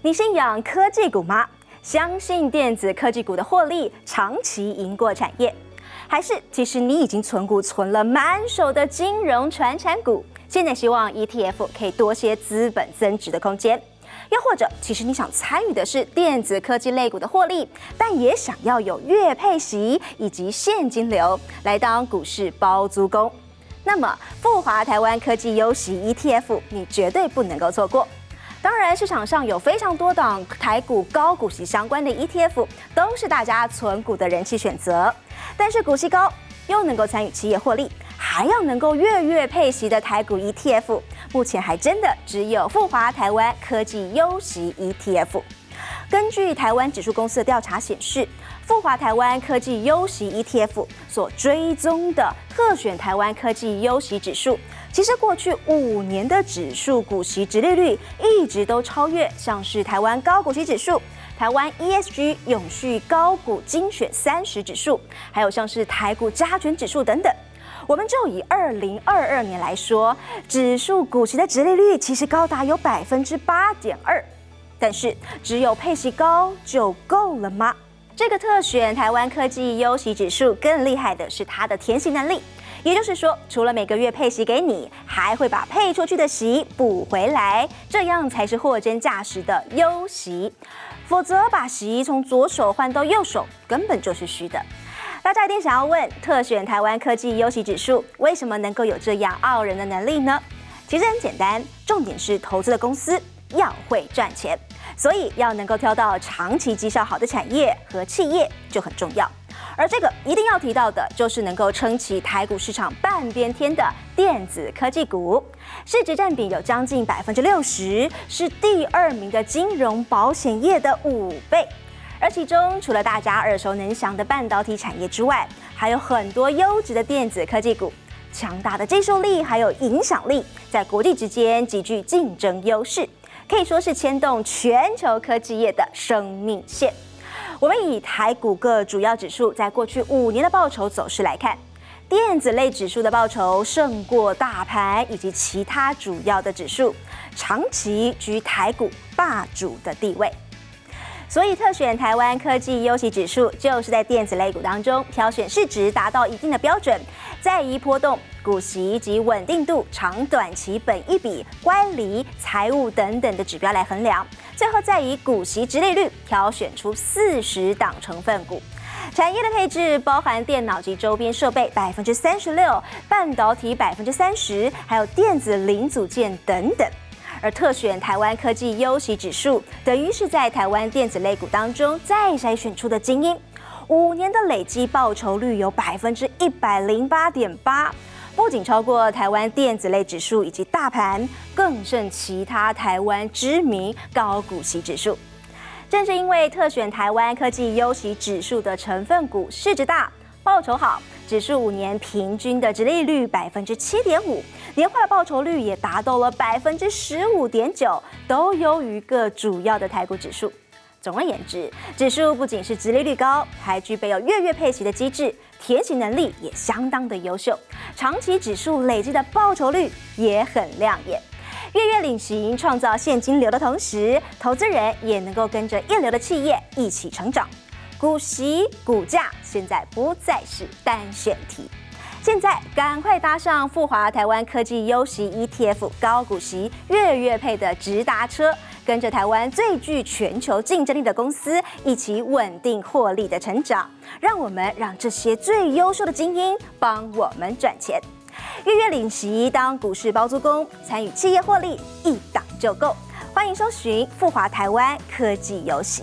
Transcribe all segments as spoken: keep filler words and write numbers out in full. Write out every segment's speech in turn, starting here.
你信仰科技股吗？相信电子科技股的获利长期赢过产业，还是其实你已经存股存了满手的金融传产股，现在希望 E T F 可以多些资本增值的空间？又或者，其实你想参与的是电子科技类股的获利，但也想要有月配息以及现金流来当股市包租公？那么，富华台湾科技优息 E T F 你绝对不能够错过。当然，市场上有非常多档台股高股息相关的 E T F， 都是大家存股的人气选择。但是股息高，又能够参与企业获利，还要能够月月配息的台股 E T F， 目前还真的只有富华台湾科技优息 E T F。根据台湾指数公司的调查显示，富华台湾科技优息 E T F 所追踪的特选台湾科技优息指数，其实过去五年的指数股息殖利率一直都超越像是台湾高股息指数、台湾 E S G 永续高股精选三十指数，还有像是台股加权指数等等。我们就以二零二二年来说，指数股息的殖利率其实高达有百分之八点二。但是，只有配息高就够了吗？这个特选台湾科技优息指数更厉害的是它的填息能力，也就是说，除了每个月配息给你，还会把配出去的息补回来，这样才是货真价实的优息。否则，把息从左手换到右手，根本就是虚的。大家一定想要问，特选台湾科技优息指数为什么能够有这样傲人的能力呢？其实很简单，重点是投资的公司要会赚钱，所以要能够挑到长期绩效好的产业和企业就很重要。而这个一定要提到的，就是能够撑起台股市场半边天的电子科技股，市值占比有将近百分之六十，是第二名的金融保险业的五倍。而其中，除了大家耳熟能详的半导体产业之外，还有很多优质的电子科技股，强大的技术力还有影响力，在国际之间极具竞争优势，可以说是牵动全球科技业的生命线。我们以台股各主要指数在过去五年的报酬走势来看，电子类指数的报酬胜过大盘以及其他主要的指数，长期居台股霸主的地位。所以特选台湾科技优息指数，就是在电子类股当中挑选市值达到一定的标准，再以波动、股息及稳定度、长短期本益比、乖离、财务等等的指标来衡量，最后再以股息殖利率挑选出四十档成分股。产业的配置包含电脑及周边设备百分之三十六，半导体百分之三十，还有电子零组件等等。而特选台湾科技优息指数，等于是在台湾电子类股当中再筛选出的精英，五年的累积报酬率有百分之一百零八点八，不仅超过台湾电子类指数以及大盘，更胜其他台湾知名高股息指数。正是因为特选台湾科技优息指数的成分股市值大、报酬好，指数五年平均的殖利率百分之七点五，年化的报酬率也达到了百分之十五点九，都优于各主要的台股指数。总而言之，指数不仅是殖利率高，还具备有月月配息的机制，填息能力也相当的优秀，长期指数累积的报酬率也很亮眼。月月领息创造现金流的同时，投资人也能够跟着一流的企业一起成长。股息、股价现在不再是单选题，现在赶快搭上富华台湾科技优息 E T F 高股息月月配的直达车，跟着台湾最具全球竞争力的公司一起稳定获利的成长，让我们让这些最优秀的精英帮我们赚钱。月月领息当股市包租公，参与企业获利一档就够。欢迎搜寻富华台湾科技优息。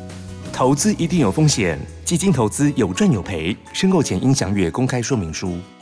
投资一定有风险，基金投资有赚有赔，申购前应详阅公开说明书。